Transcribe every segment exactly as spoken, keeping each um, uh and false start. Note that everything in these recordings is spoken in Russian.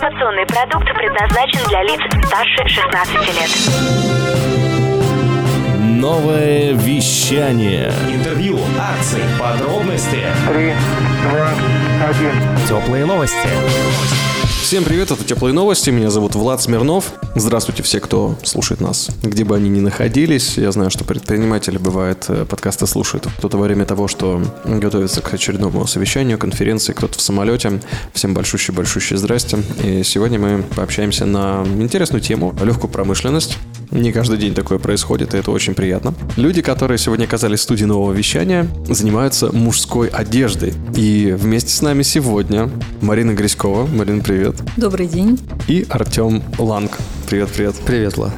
Информационный продукт предназначен для лиц старше шестнадцати лет. Новое вещание. Интервью, акции, подробности. Три, два, один. Теплые новости. Всем привет, это «Теплые новости», меня зовут Влад Смирнов. Здравствуйте все, кто слушает нас, где бы они ни находились. Я знаю, что предприниматели, бывает, подкасты слушают кто-то во время того, что готовится к очередному совещанию, конференции, кто-то в самолете. Всем большущее-большущее здрасте. И сегодня мы пообщаемся на интересную тему, легкую промышленность. Не каждый день такое происходит, и это очень приятно. Люди, которые сегодня оказались в студии нового вещания, занимаются мужской одеждой. И вместе с нами сегодня Марина Гриськова. Марина, привет. Добрый день. И Артем Ланг. Привет, привет. Привет, Влад.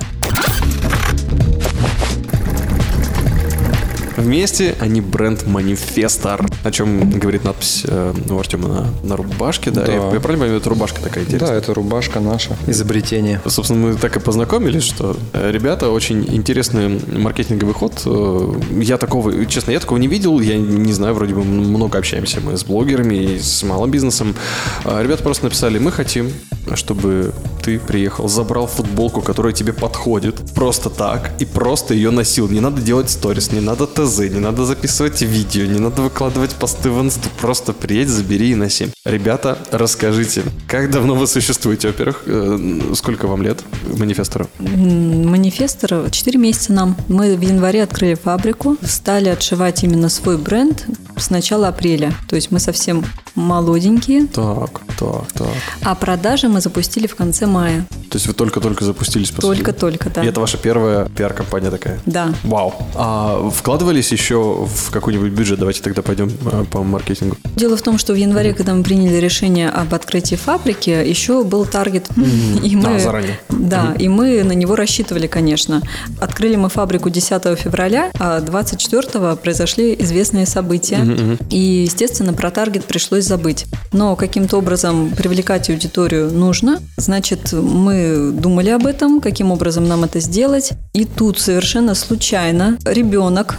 Вместе они бренд Манифестор, о чем говорит надпись э, у Артема на, на рубашке, да? Да. Я, я правильно понимаю, это рубашка такая интересная? Да, это рубашка наша, изобретение. Собственно, мы так и познакомились, что э, ребята, очень интересный маркетинговый ход. Э, я такого, честно, я такого не видел, я не знаю, вроде бы много общаемся мы с блогерами и с малым бизнесом. Э, ребята просто написали: мы хотим, чтобы ты приехал, забрал футболку, которая тебе подходит, просто так, и просто ее носил. Не надо делать сторис, не надо ТЗ, не надо записывать видео, не надо выкладывать посты в инсту. Просто приедь, забери и носи. Ребята, расскажите, как давно вы существуете, во-первых? Э, сколько вам лет Манифестору? Манифестор четыре месяца нам. Мы в январе открыли фабрику, стали отшивать именно свой бренд с начала апреля. То есть мы совсем молоденькие. Так, так, так. А продажи мы запустили в конце мая. То есть вы только-только запустились? По сути? Только-только, да. И это ваша первая пиар-компания такая? Да. Вау. А вкладывались еще в какой-нибудь бюджет? Давайте тогда пойдем по маркетингу. Дело в том, что в январе, когда мы приняли решение об открытии фабрики, еще был таргет. Mm-hmm. И мы, а, заранее. Да, mm-hmm. и мы на него рассчитывали, конечно. Открыли мы фабрику десятого февраля, а двадцать четвёртого произошли известные события. Mm-hmm. И, естественно, про таргет пришлось забыть. Но каким-то образом привлекать аудиторию нужно. Значит, мы думали об этом, каким образом нам это сделать. И тут совершенно случайно ребенок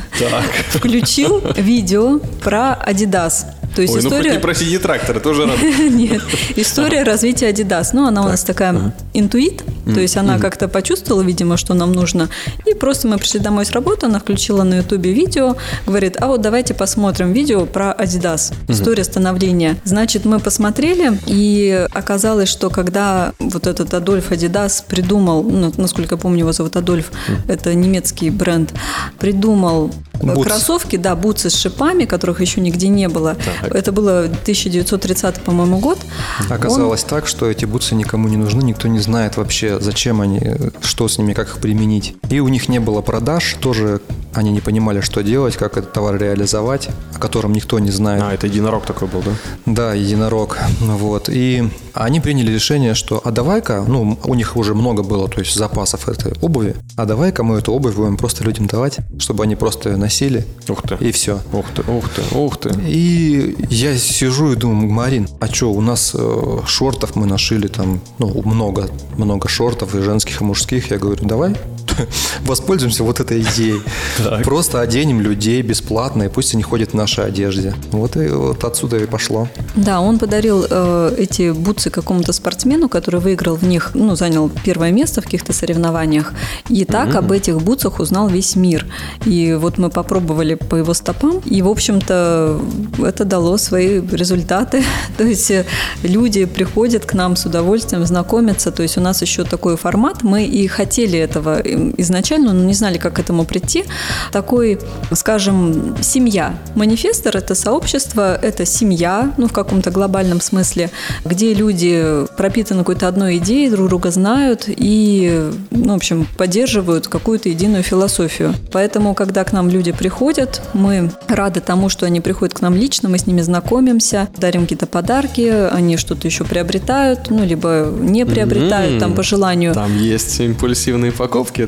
включил видео про Adidas. То есть Ой, история... ну хоть не про си ди-трактор, это уже рад. Нет, история развития Adidas. Ну, она у нас такая интуит, то есть она как-то почувствовала, видимо, что нам нужно. И просто мы пришли домой с работы, она включила на Ютубе видео, говорит: а вот давайте посмотрим видео про Adidas. История становления. Значит, мы посмотрели, и оказалось, что когда вот этот Адольф Adidas придумал, ну, насколько я помню, его зовут Адольф, это немецкий бренд, придумал Бутс. Кроссовки, да, бутсы с шипами, которых еще нигде не было. Так. Это было тысяча девятьсот тридцатый, по-моему, год. Оказалось Он... так, что эти бутсы никому не нужны, никто не знает вообще, зачем они, что с ними, как их применить. И у них не было продаж, тоже они не понимали, что делать, как этот товар реализовать, о котором никто не знает. А, это единорог такой был, да? Да, единорог. Вот. И они приняли решение, что а давай-ка, ну, у них уже много было, то есть запасов этой обуви, а давай-ка мы эту обувь будем просто людям давать, чтобы они просто носили. Ух ты. И все. Ух ты, ух ты, ух ты. И я сижу и думаю: Марин, а что, у нас э, шортов мы нашили там, ну, много, много шортов и женских, и мужских. Я говорю: давай воспользуемся вот этой идеей. Так. Просто оденем людей бесплатно, и пусть они ходят в нашей одежде. Вот и вот отсюда и пошло. Да, он подарил э, эти бутсы какому-то спортсмену, который выиграл в них, ну, занял первое место в каких-то соревнованиях. И так mm-hmm. об этих бутсах узнал весь мир. И вот мы попробовали по его стопам, и, в общем-то, это дало свои результаты. То есть люди приходят к нам с удовольствием, знакомятся. То есть у нас еще такой формат. Мы и хотели этого изначально, но не знали, как к этому прийти. Такой, скажем, семья. Манифестор – это сообщество, это семья, ну, в каком-то глобальном смысле, где люди пропитаны какой-то одной идеей, друг друга знают и, ну, в общем, поддерживают какую-то единую философию. Поэтому, когда к нам люди приходят, мы рады тому, что они приходят к нам лично, мы с ними знакомимся, дарим какие-то подарки, они что-то еще приобретают, ну, либо не приобретают, mm-hmm. там, по желанию. Там есть импульсивные покупки,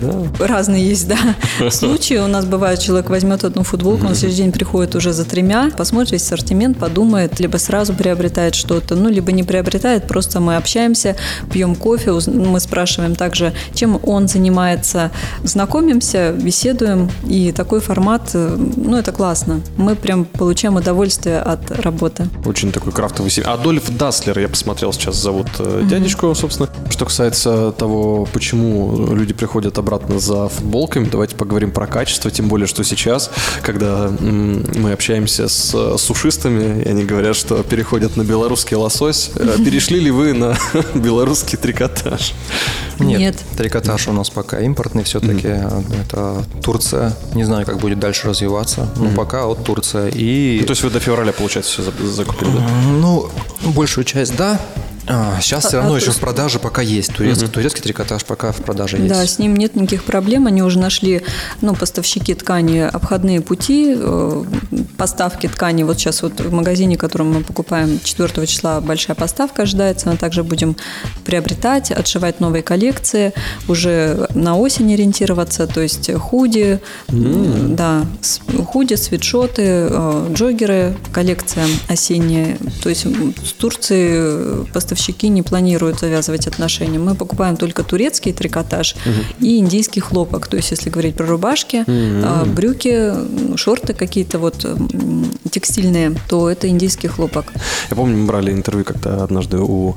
да? Разные есть, да, случаи. У нас бывает, человек возьмет одну футболку, на следующий день приходит уже за тремя, посмотрит весь ассортимент, подумает, либо сразу приобретает что-то, ну, либо не приобретает, просто мы общаемся, пьем кофе, мы спрашиваем также, чем он занимается, знакомимся, беседуем, и такой формат, ну, это классно. Мы прям получаем удовольствие от работы. Очень такой крафтовый семейный. Адольф Даслер, я посмотрел, сейчас зовут mm-hmm. дядечку, собственно. Что касается того, почему люди приходят обратно за футболками, давайте поговорим про качество, тем более, что сейчас, когда м- мы общаемся с сушистами, и они говорят, что переходят на белорусский лосось. Перешли ли вы на белорусский трикотаж? Нет, Нет. Трикотаж у нас пока импортный все-таки. Mm-hmm. Это Турция. Не знаю, как будет дальше развиваться, но mm-hmm. пока вот Турция. И... Ну, то есть вы до февраля, получается, все закупили, да? Ну, большую часть, да. А, сейчас а, все равно а, еще в продаже пока есть. Турецкий, угу. турецкий трикотаж пока в продаже есть. Да, с ним нет никаких проблем. Они уже нашли, ну, поставщики ткани, обходные пути, э, поставки ткани. Вот сейчас вот в магазине, в котором мы покупаем, четвёртого числа большая поставка ожидается. Мы также будем приобретать, отшивать новые коллекции, уже на осень ориентироваться. То есть худи, mm. да, худи, свитшоты, э, джоггеры, коллекция осенняя. То есть с Турции поставщики Поставщики не планируют завязывать отношения. Мы покупаем только турецкий трикотаж uh-huh. и индийский хлопок. То есть, если говорить про рубашки, uh-huh. брюки, шорты какие-то вот текстильные, то это индийский хлопок. Я помню, мы брали интервью как-то однажды у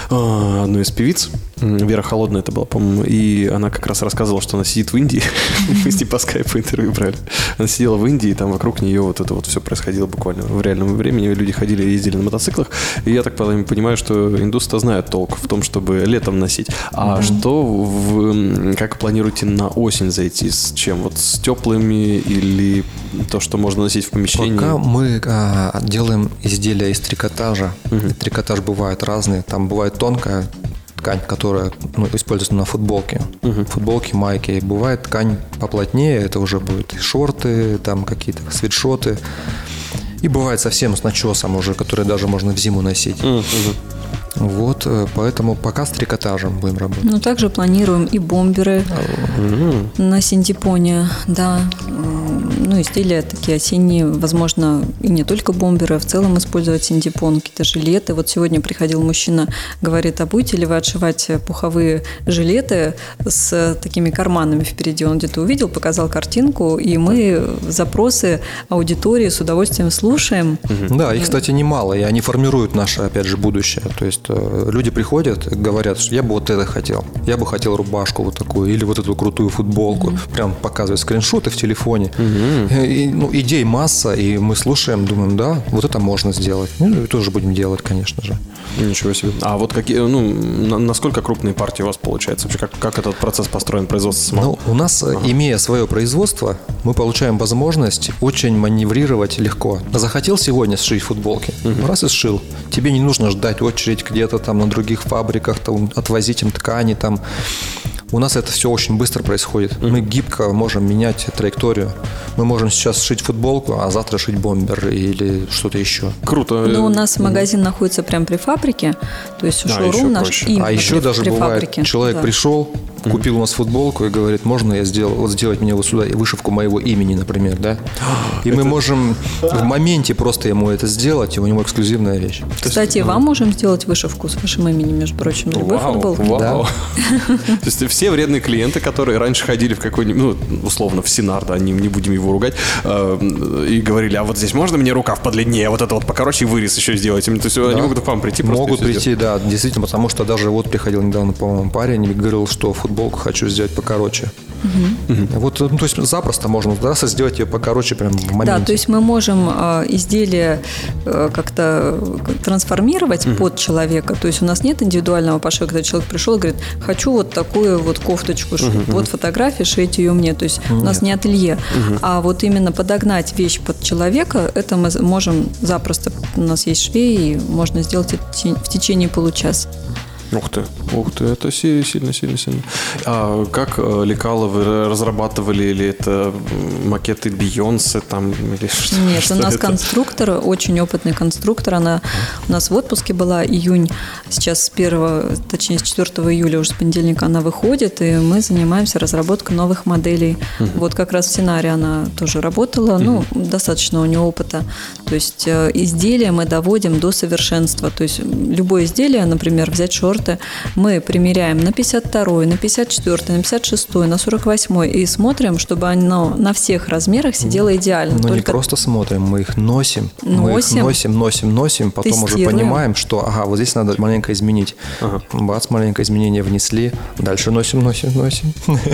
э, одной из певиц. Вера Холодная это была, по-моему, и она как раз рассказывала, что она сидит в Индии. Мы с ней по скайпу интервью брали. Она сидела в Индии, и там вокруг нее вот это вот все происходило буквально в реальном времени. Люди ходили, ездили на мотоциклах. И я так понимаю, что индусы-то знают толк в том, чтобы летом носить. А mm-hmm. что вы, как планируете на осень зайти? С чем? Вот с теплыми или то, что можно носить в помещении? Пока мы а, делаем изделия из трикотажа. Mm-hmm. Трикотаж бывает разный. Там бывает тонкая ткань, которая ну, используется на футболке. Uh-huh. Футболки, майки. Бывает ткань поплотнее, это уже будут шорты, там какие-то свитшоты. И бывает совсем с начесом уже, которые даже можно в зиму носить. Uh-huh. Вот, поэтому пока с трикотажем будем работать. Ну, также планируем и бомберы uh-huh. на синтепоне, да. Ну, изделия такие осенние, возможно, и не только бомберы, а в целом использовать синтепон, какие-то жилеты. Вот сегодня приходил мужчина, говорит, а будете ли вы отшивать пуховые жилеты с такими карманами впереди? Он где-то увидел, показал картинку, и мы запросы аудитории с удовольствием слушаем. Да, их, кстати, немало, и они формируют наше, опять же, будущее. То есть люди приходят и говорят, что я бы вот это хотел, я бы хотел рубашку вот такую, или вот эту крутую футболку. Mm-hmm. Прям показывают скриншоты в телефоне. Mm-hmm. И, ну, идей масса, и мы слушаем, думаем, да, вот это можно сделать. Ну, и тоже будем делать, конечно же. Ничего себе. А вот какие, ну, на, насколько крупные партии у вас получается? Вообще, как, как этот процесс построен, производство самого? Ну, у нас, ага. имея свое производство, мы получаем возможность очень маневрировать легко. Захотел сегодня сшить футболки, угу. раз и сшил. Тебе не нужно ждать очередь где-то там на других фабриках, там, отвозить им ткани, там. У нас это все очень быстро происходит. Mm-hmm. Мы гибко можем менять траекторию. Мы можем сейчас сшить футболку, а завтра шить бомбер или что-то еще. Круто. Но у нас mm-hmm. магазин находится прямо при фабрике. То есть а, шоурум наш. А еще при, даже при бывает, фабрике. Человек да. пришел, купил у нас футболку и говорит, можно я сделал, вот сделать мне вот сюда вышивку моего имени, например, да? И это... мы можем в моменте просто ему это сделать, и у него эксклюзивная вещь. Кстати, есть, вам можем сделать вышивку с вашим именем, между прочим, на любой футболке. Вау. То есть все вредные клиенты, которые раньше ходили в какой-нибудь, ну, условно, в Синар, да, не, не будем его ругать, э, и говорили, а вот здесь можно мне рукав подлиннее, вот это вот покороче и вырез еще сделать? То есть да. они могут к вам прийти просто. Могут прийти, да, действительно, потому что даже вот приходил недавно, по-моему, парень и говорил, что футболку хочу сделать покороче. Угу. Угу. Вот, ну, то есть запросто можно, да, сделать ее покороче прям в моменте. Да, то есть мы можем э, изделие э, как-то трансформировать угу. под человека. То есть у нас нет индивидуального пошива, когда человек пришел и говорит, хочу вот такую вот кофточку шить. Угу. Вот фотография, шейте ее мне. То есть нет. у нас не ателье. Угу. А вот именно подогнать вещь под человека, это мы можем запросто. У нас есть швей, и можно сделать это в течение получаса. Ух ты, ух ты, это сильно, сильно, сильно. А как лекала вы разрабатывали, или это макеты Бейонсе там, или что? Нет, что у нас это? конструктор, очень опытный конструктор, она у нас в отпуске была, июнь, сейчас с первого, точнее с четвёртого июля, уже с понедельника она выходит, и мы занимаемся разработкой новых моделей. Uh-huh. Вот как раз в Синаре она тоже работала, uh-huh. ну, достаточно у нее опыта. То есть изделия мы доводим до совершенства, то есть любое изделие, например, взять шорты, мы примеряем на пятьдесят второй, на пятьдесят четвёртый, на пятьдесят шестой, на сорок восьмой и смотрим, чтобы оно на всех размерах сидело идеально. Ну, Только... не просто смотрим, мы их носим. Носим. Мы их носим, носим, носим, потом Тестируем. уже понимаем, что, ага, вот здесь надо маленько изменить. Ага. Бац, маленькое изменение внесли, дальше носим, носим, носим.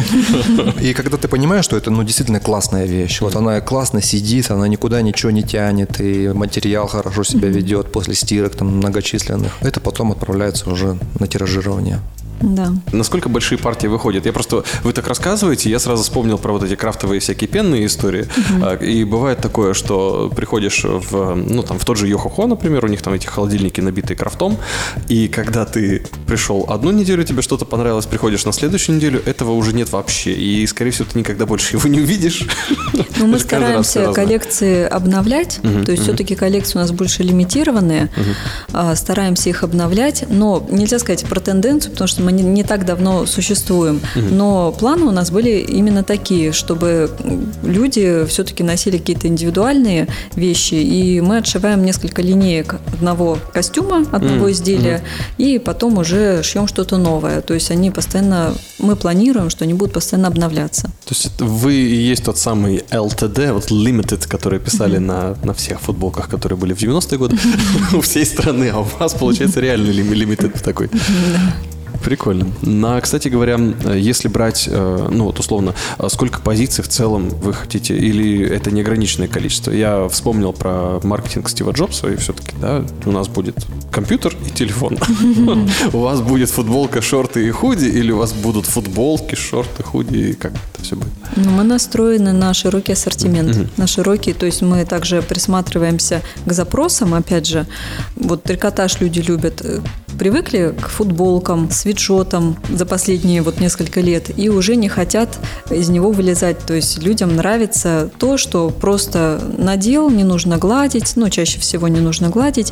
И когда ты понимаешь, что это, ну, действительно классная вещь, вот она классно сидит, она никуда ничего не тянет, и материал хорошо себя ведет после стирок там многочисленных, это потом отправляется уже на тиражирование. Да. Насколько большие партии выходят? Я просто, вы так рассказываете, я сразу вспомнил про вот эти крафтовые всякие пенные истории. Uh-huh. И бывает такое, что приходишь в, ну, там, в тот же Йохохо, например, у них там эти холодильники набитые крафтом, и когда ты пришел одну неделю, тебе что-то понравилось, приходишь на следующую неделю, этого уже нет вообще, и, скорее всего, ты никогда больше его не увидишь. Ну, мы стараемся коллекции обновлять, uh-huh. то есть uh-huh. все-таки коллекции у нас больше лимитированные, uh-huh. стараемся их обновлять, но нельзя сказать про тенденцию, потому что мы не, не так давно существуем, uh-huh. но планы у нас были именно такие, чтобы люди все-таки носили какие-то индивидуальные вещи, и мы отшиваем несколько линеек одного костюма, одного uh-huh. изделия, uh-huh. и потом уже шьем что-то новое. То есть они постоянно, мы планируем, что они будут постоянно обновляться. То есть вы и есть тот самый эл ти ди, вот Limited, который писали uh-huh. на, на всех футболках, которые были в девяностые годы у всей страны, а у вас получается реальный Limited такой. Да. Прикольно. На, кстати говоря, если брать, ну вот условно, сколько позиций в целом вы хотите, или это неограниченное количество? Я вспомнил про маркетинг Стива Джобса, и все-таки, да, у нас будет компьютер и телефон. У вас будет футболка, шорты и худи, или у вас будут футболки, шорты, худи, и как это все будет? Ну, мы настроены на широкий ассортимент, на широкий, то есть мы также присматриваемся к запросам, опять же, вот трикотаж люди любят, привыкли к футболкам, свитшотам за последние вот несколько лет и уже не хотят из него вылезать. То есть людям нравится то, что просто надел, не нужно гладить, ну, чаще всего не нужно гладить,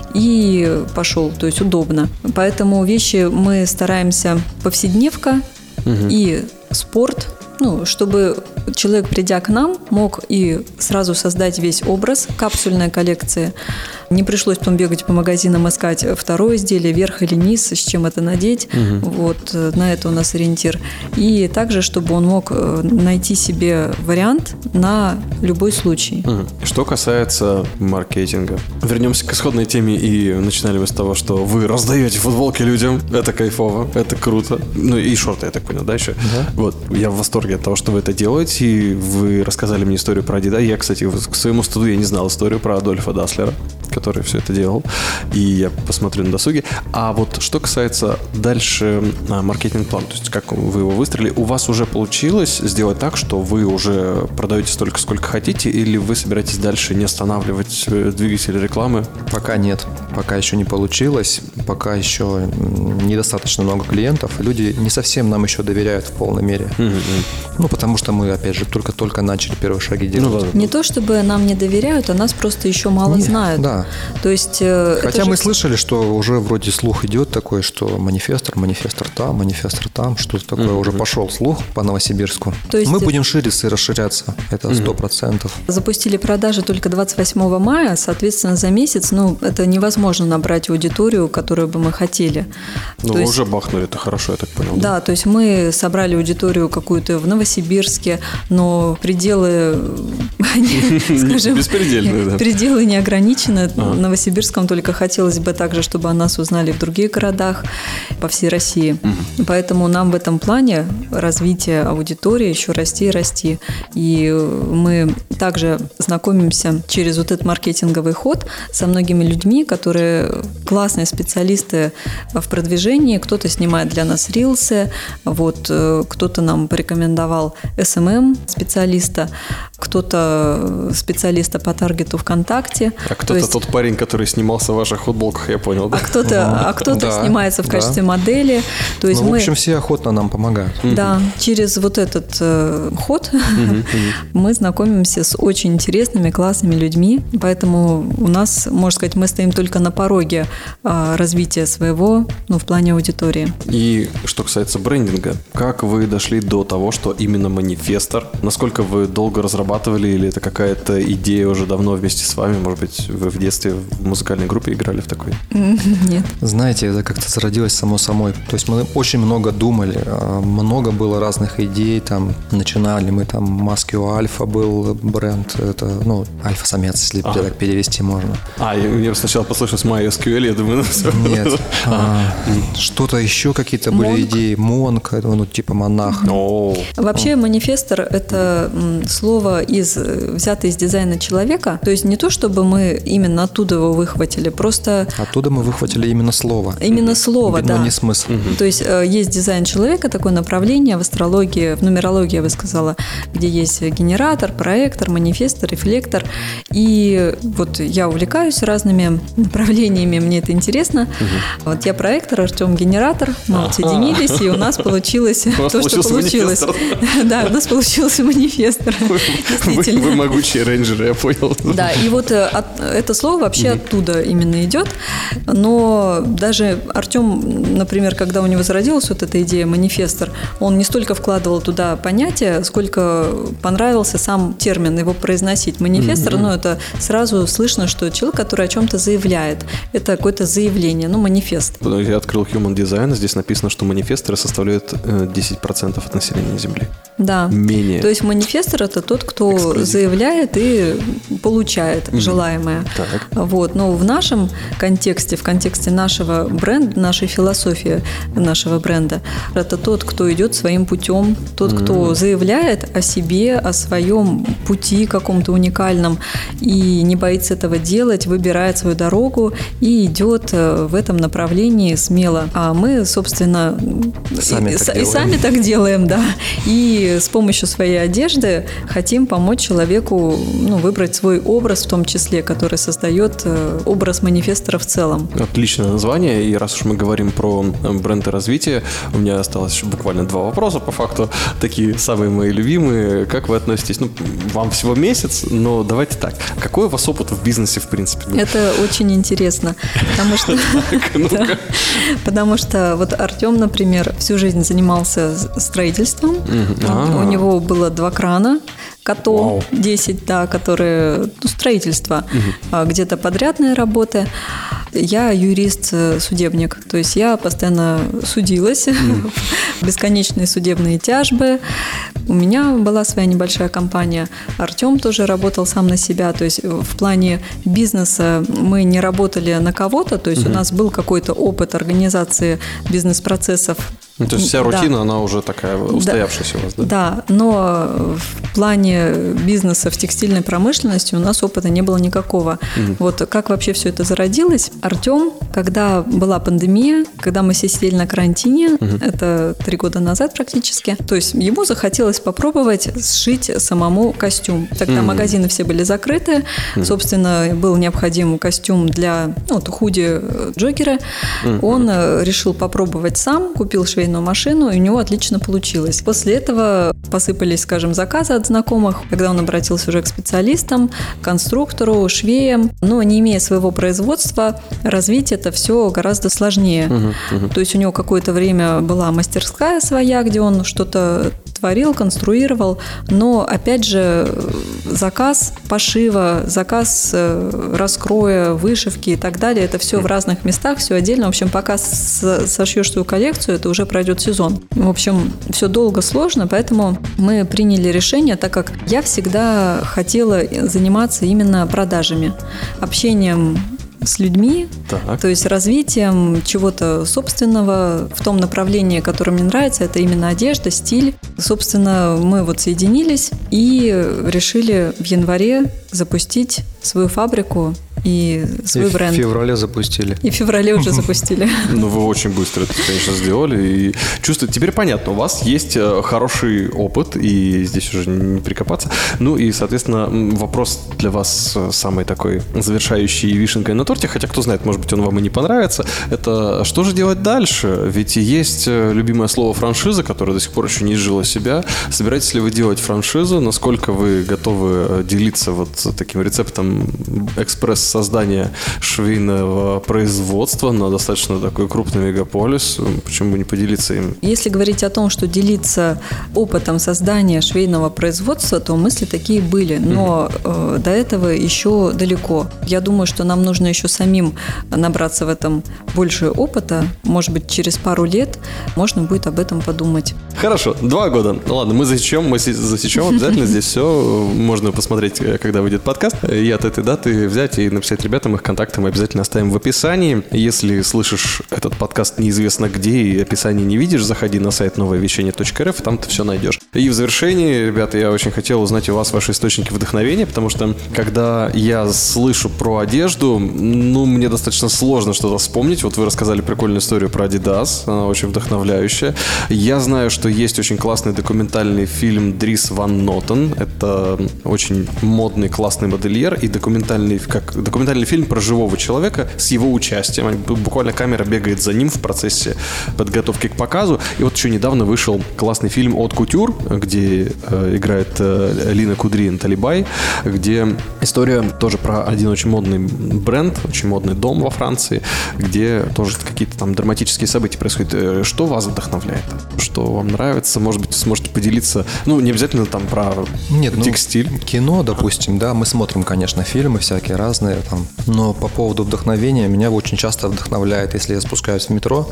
и пошел, то есть удобно. Поэтому вещи мы стараемся повседневка угу. и спорт, ну, чтобы человек, придя к нам, мог и сразу создать весь образ, капсульная коллекция. Не пришлось потом бегать по магазинам, искать второе изделие, верх или низ, с чем это надеть. Угу. Вот на это у нас ориентир. И также, чтобы он мог найти себе вариант на любой случай. Угу. Что касается маркетинга. Вернемся к исходной теме, и начинали мы с того, что вы раздаете футболки людям. Это кайфово, это круто. Ну и шорты, я так понял, да, еще? Да. Вот, я в восторге от того, что вы это делаете. И вы рассказали мне историю про Adidas. Я, кстати, к своему стыду я не знал историю про Адольфа Даслера, который все это делал, и я посмотрю на досуге. А вот что касается дальше а, маркетинг-плана, то есть как вы его выстроили, у вас уже получилось сделать так, что вы уже продаете столько, сколько хотите, или вы собираетесь дальше не останавливать двигатель рекламы? Пока нет, пока еще не получилось, пока еще недостаточно много клиентов, люди не совсем нам еще доверяют в полной мере. Mm-hmm. Ну, потому что мы, опять же, только-только начали первые шаги делать. Ну, не то, чтобы нам не доверяют, а нас просто еще мало нет, знают. Да. То есть, хотя мы же... слышали, что уже вроде слух идет такой, что манифестор, манифестор там, манифестор там, что-то такое, mm-hmm. уже пошел слух по Новосибирску. То есть мы будем шириться и расширяться, это сто процентов. Mm-hmm. Запустили продажи только двадцать восьмого мая, соответственно, за месяц, ну, это невозможно набрать аудиторию, которую бы мы хотели. Ну, то вы есть... уже бахнули, это хорошо, я так понял. Да, да, то есть мы собрали аудиторию какую-то в Новосибирске, но пределы, скажем, беспредельные, да. Пределы не ограничены. В Новосибирском только хотелось бы также, чтобы о нас узнали в других городах по всей России. Mm-hmm. Поэтому нам в этом плане развитие аудитории еще расти и расти. И мы также знакомимся через вот этот маркетинговый ход со многими людьми, которые классные специалисты в продвижении. Кто-то снимает для нас рилсы, вот, кто-то нам порекомендовал эс эм эм специалиста, кто-то специалиста по таргету ВКонтакте. А кто-то есть... тут тот парень, который снимался в ваших футболках, я понял, да? А кто-то, а кто-то Да, снимается в качестве да. модели. То есть Ну, в мы, общем, все охотно нам помогают. да, через вот этот э, ход мы знакомимся с очень интересными, классными людьми. Поэтому у нас, можно сказать, мы стоим только на пороге э, развития своего, ну, в плане аудитории. И что касается брендинга, как вы дошли до того, что именно манифестор? Насколько вы долго разрабатывали, или это какая-то идея уже давно вместе с вами? Может быть, вы в детстве в музыкальной группе играли в такой? Нет. Знаете, это как-то зародилось само собой. То есть мы очень много думали, а, много было разных идей. Там начинали мы, там Маскио Альфа был бренд, это, ну, альфа-самец, если Ага. так перевести можно. А, я, я сначала послышал MySQL, я думаю, ну все. Нет. А, что-то еще какие-то были Монк. идеи. Монк, это, ну, типа монах. О, Вообще манифестор – это м, слово из, взятое из дизайна человека. То есть не то, чтобы мы именно оттуда его выхватили, просто Оттуда мы выхватили именно слово. именно слово, Но да. не смысл. То есть э, есть дизайн человека, такое направление в астрологии, в нумерологии, я бы сказала, где есть генератор, проектор, манифестор, рефлектор. И вот я увлекаюсь разными направлениями, мне это интересно. Вот я проектор, Артем генератор, мы вот соединились, и у нас получилось У вас то, что получился получилось. манифестор. Да, у нас получился манифестор. вы, Действительно. вы могучие рейнджеры, я понял. Да, и вот э, от- это слово вообще оттуда именно идет. Но даже Артем, например, когда у него зародилась вот эта идея манифестор, он не столько вкладывал туда понятия, сколько понравился сам термин, его произносить. Манифестор, ну, это сразу слышно, что человек, который о чем-то заявляет. Это какое-то заявление, ну, манифест. Я открыл Human Design, здесь написано, что манифесторы составляют э, десять процентов от населения Земли. Да. Менее. То есть манифестор – это тот, кто Эксклюзив. заявляет и получает желаемое. Так. Вот. Но в нашем контексте, в контексте нашего бренда, нашей философии нашего бренда, это тот, кто идет своим путем, тот, кто заявляет о себе, о своем пути каком-то уникальном и не боится этого делать, выбирает свою дорогу и идет э, в этом направлении смело. А мы, собственно, Сами и, так и делаем. сами так делаем, да. И с помощью своей одежды хотим помочь человеку, ну, выбрать свой образ, в том числе, который создает э, образ манифестора в целом. Отличное название, и раз уж мы говорим про бренды развития, у меня осталось еще буквально два вопроса, по факту, такие самые мои любимые. Как вы относитесь? Ну, вам всего месяц, но давайте так. Какой у вас опыт в бизнесе, в принципе? Это очень интересно, потому что, ну-ка. да, потому что вот Артем, например, всю жизнь занимался строительством. А. У него было два крана, КАТО Вау. десять, да, которые, ну, строительство, а, где-то подрядные работы. Я юрист-судебник, то есть я постоянно судилась, бесконечные судебные тяжбы. У меня была своя небольшая компания. Артем тоже работал сам на себя. То есть в плане бизнеса мы не работали на кого-то. То есть у нас был какой-то опыт организации бизнес-процессов. Ну, то есть вся Да. рутина, она уже такая устоявшаяся у вас, да? Да, но в плане бизнеса в текстильной промышленности у нас опыта не было никакого. Вот как вообще все это зародилось? Артем, когда была пандемия, когда мы все сидели на карантине, это три года назад практически, то есть ему захотелось попробовать сшить самому костюм. Тогда магазины все были закрыты, собственно, был необходим костюм для, ну, вот, худи Джокера. Он э, решил попробовать сам, купил швейную машину, и у него отлично получилось. После этого посыпались, скажем, заказы от знакомых, когда он обратился уже к специалистам, конструктору, швеям. Но не имея своего производства, развить это все гораздо сложнее. То есть у него какое-то время была мастерская своя, где он что-то творил, конструировал, но, опять же, заказ пошива, заказ э, раскроя, вышивки и так далее, это все в разных местах, все отдельно. В общем, пока с- сошьешь свою коллекцию, это уже пройдет сезон. В общем, все долго, сложно, поэтому мы приняли решение, так как я всегда хотела заниматься именно продажами, общением с людьми, Так. то есть развитием чего-то собственного в том направлении, которое мне нравится, это именно одежда, стиль. Собственно, мы вот соединились и решили в январе запустить свою фабрику и свой и бренд. в феврале запустили. И в феврале уже запустили. Ну, вы очень быстро это, конечно, сделали. И чувствую, теперь понятно, у вас есть хороший опыт, и здесь уже не прикопаться. Ну, и, соответственно, вопрос для вас самый такой завершающий вишенкой на торте, хотя, кто знает, может быть, он вам и не понравится. Это что же делать дальше? Ведь есть любимое слово франшиза, которое до сих пор еще не изжило себя. Собираетесь ли вы делать франшизу? Насколько вы готовы делиться вот таким рецептом экспресс-создания швейного производства на достаточно такой крупный мегаполис? Почему бы не поделиться им? Если говорить о том, что делиться опытом создания швейного производства, то мысли такие были, но э, до этого еще далеко. Я думаю, что нам нужно еще самим набраться в этом больше опыта. Может быть, через пару лет можно будет об этом подумать. Хорошо, два года. Ну ладно, мы засечем, мы засечем обязательно здесь все. Можно посмотреть, когда выйдет подкаст. И от этой даты взять и написать ребятам, их контакты мы обязательно оставим в описании. Если слышишь этот подкаст неизвестно где и описание не видишь, заходи на сайт новое вещание точка эр эф, там ты все найдешь. И в завершении, ребята, я очень хотел узнать у вас ваши источники вдохновения, потому что когда я слышу про одежду, ну, мне достаточно сложно что-то вспомнить. Вот вы рассказали прикольную историю про Adidas, она очень вдохновляющая. Я знаю, что есть очень классный документальный фильм Дрис Ван Нотен. Это очень модный, классный модельер и документальный, как, документальный фильм про живого человека с его участием. Буквально камера бегает за ним в процессе подготовки к показу. И вот еще недавно вышел классный фильм «От Кутюр», где э, играет э, Лина Кудри Натали-Бай, где история тоже про один очень модный бренд, очень модный дом во Франции, где тоже какие-то там драматические события происходят. Что вас вдохновляет? Что вам нравится? Может быть, сможете поделиться? Ну, не обязательно там про Нет, текстиль. Ну, кино, допустим, да, мы смотрим, конечно, фильмы всякие разные там, но по поводу вдохновения меня очень часто вдохновляет, если я спускаюсь в метро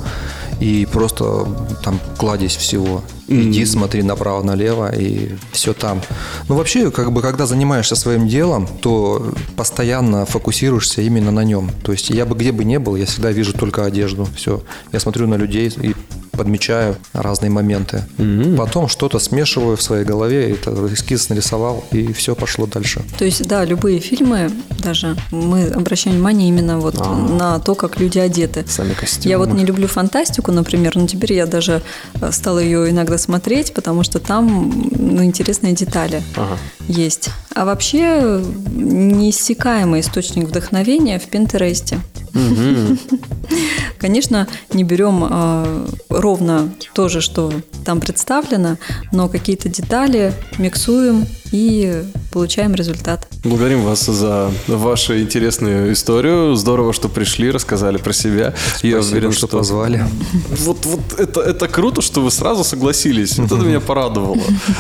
и просто там кладезь всего. Иди, смотри направо-налево, и все там. Ну, вообще, как бы, когда занимаешься своим делом, то постоянно фокусируешься именно на нем. То есть я бы где бы ни был, я всегда вижу только одежду. Все. Я смотрю на людей и подмечаю разные моменты. Mm-hmm. Потом что-то смешиваю в своей голове, это эскиз нарисовал, и все пошло дальше. То есть, да, любые фильмы, даже мы обращаем внимание именно вот А-а-а. на то, как люди одеты. Сами костюмы. Я вот не люблю фантастику, например, но теперь я даже стала ее иногда смотреть, потому что там, ну, интересные детали ага. есть. А вообще неиссякаемый источник вдохновения в Пинтересте. Угу. Конечно, не берем э, ровно то же, что там представлено, но какие-то детали миксуем и получаем результат. Благодарим вас за вашу интересную историю. Здорово, что пришли, рассказали про себя. Спасибо, я уверен, что, что позвали. Вот, вот это, это круто, что вы сразу согласились. Вот это меня порадовало.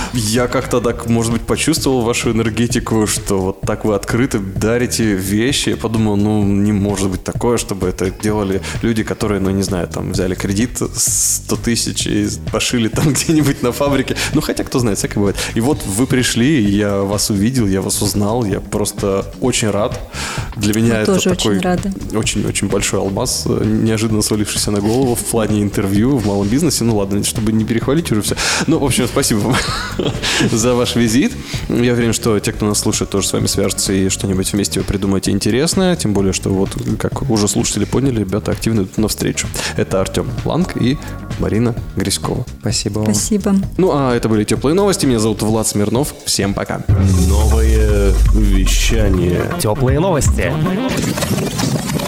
Я как-то так, может быть, почувствовал вашу энергетику, что вот так вы открыто дарите вещи. Я подумал, ну, не может быть такое, чтобы это делали люди, которые, ну, не знаю, там, взяли кредит сто тысяч и пошили там где-нибудь на фабрике. Ну, хотя, кто знает, всякое бывает. И вот вы пришли, я вас увидел, я вас узнал, я просто очень рад. Для меня Мы это тоже такой очень-очень большой алмаз, неожиданно свалившийся на голову в плане интервью в малом бизнесе. Ну ладно, чтобы не перехвалить уже все. Ну, в общем, спасибо вам за ваш визит. Я уверен, что те, кто нас слушает, тоже с вами свяжутся и что-нибудь вместе вы придумаете интересное. Тем более, что вот, как уже слушатели поняли, ребята активно идут навстречу. Это Артем Ланг и Марина Гриськова. Спасибо вам. Спасибо. Ну, а это были теплые новости. Меня зовут Влад Смирнов. Всем пока. Новое вещание. Теплые новости.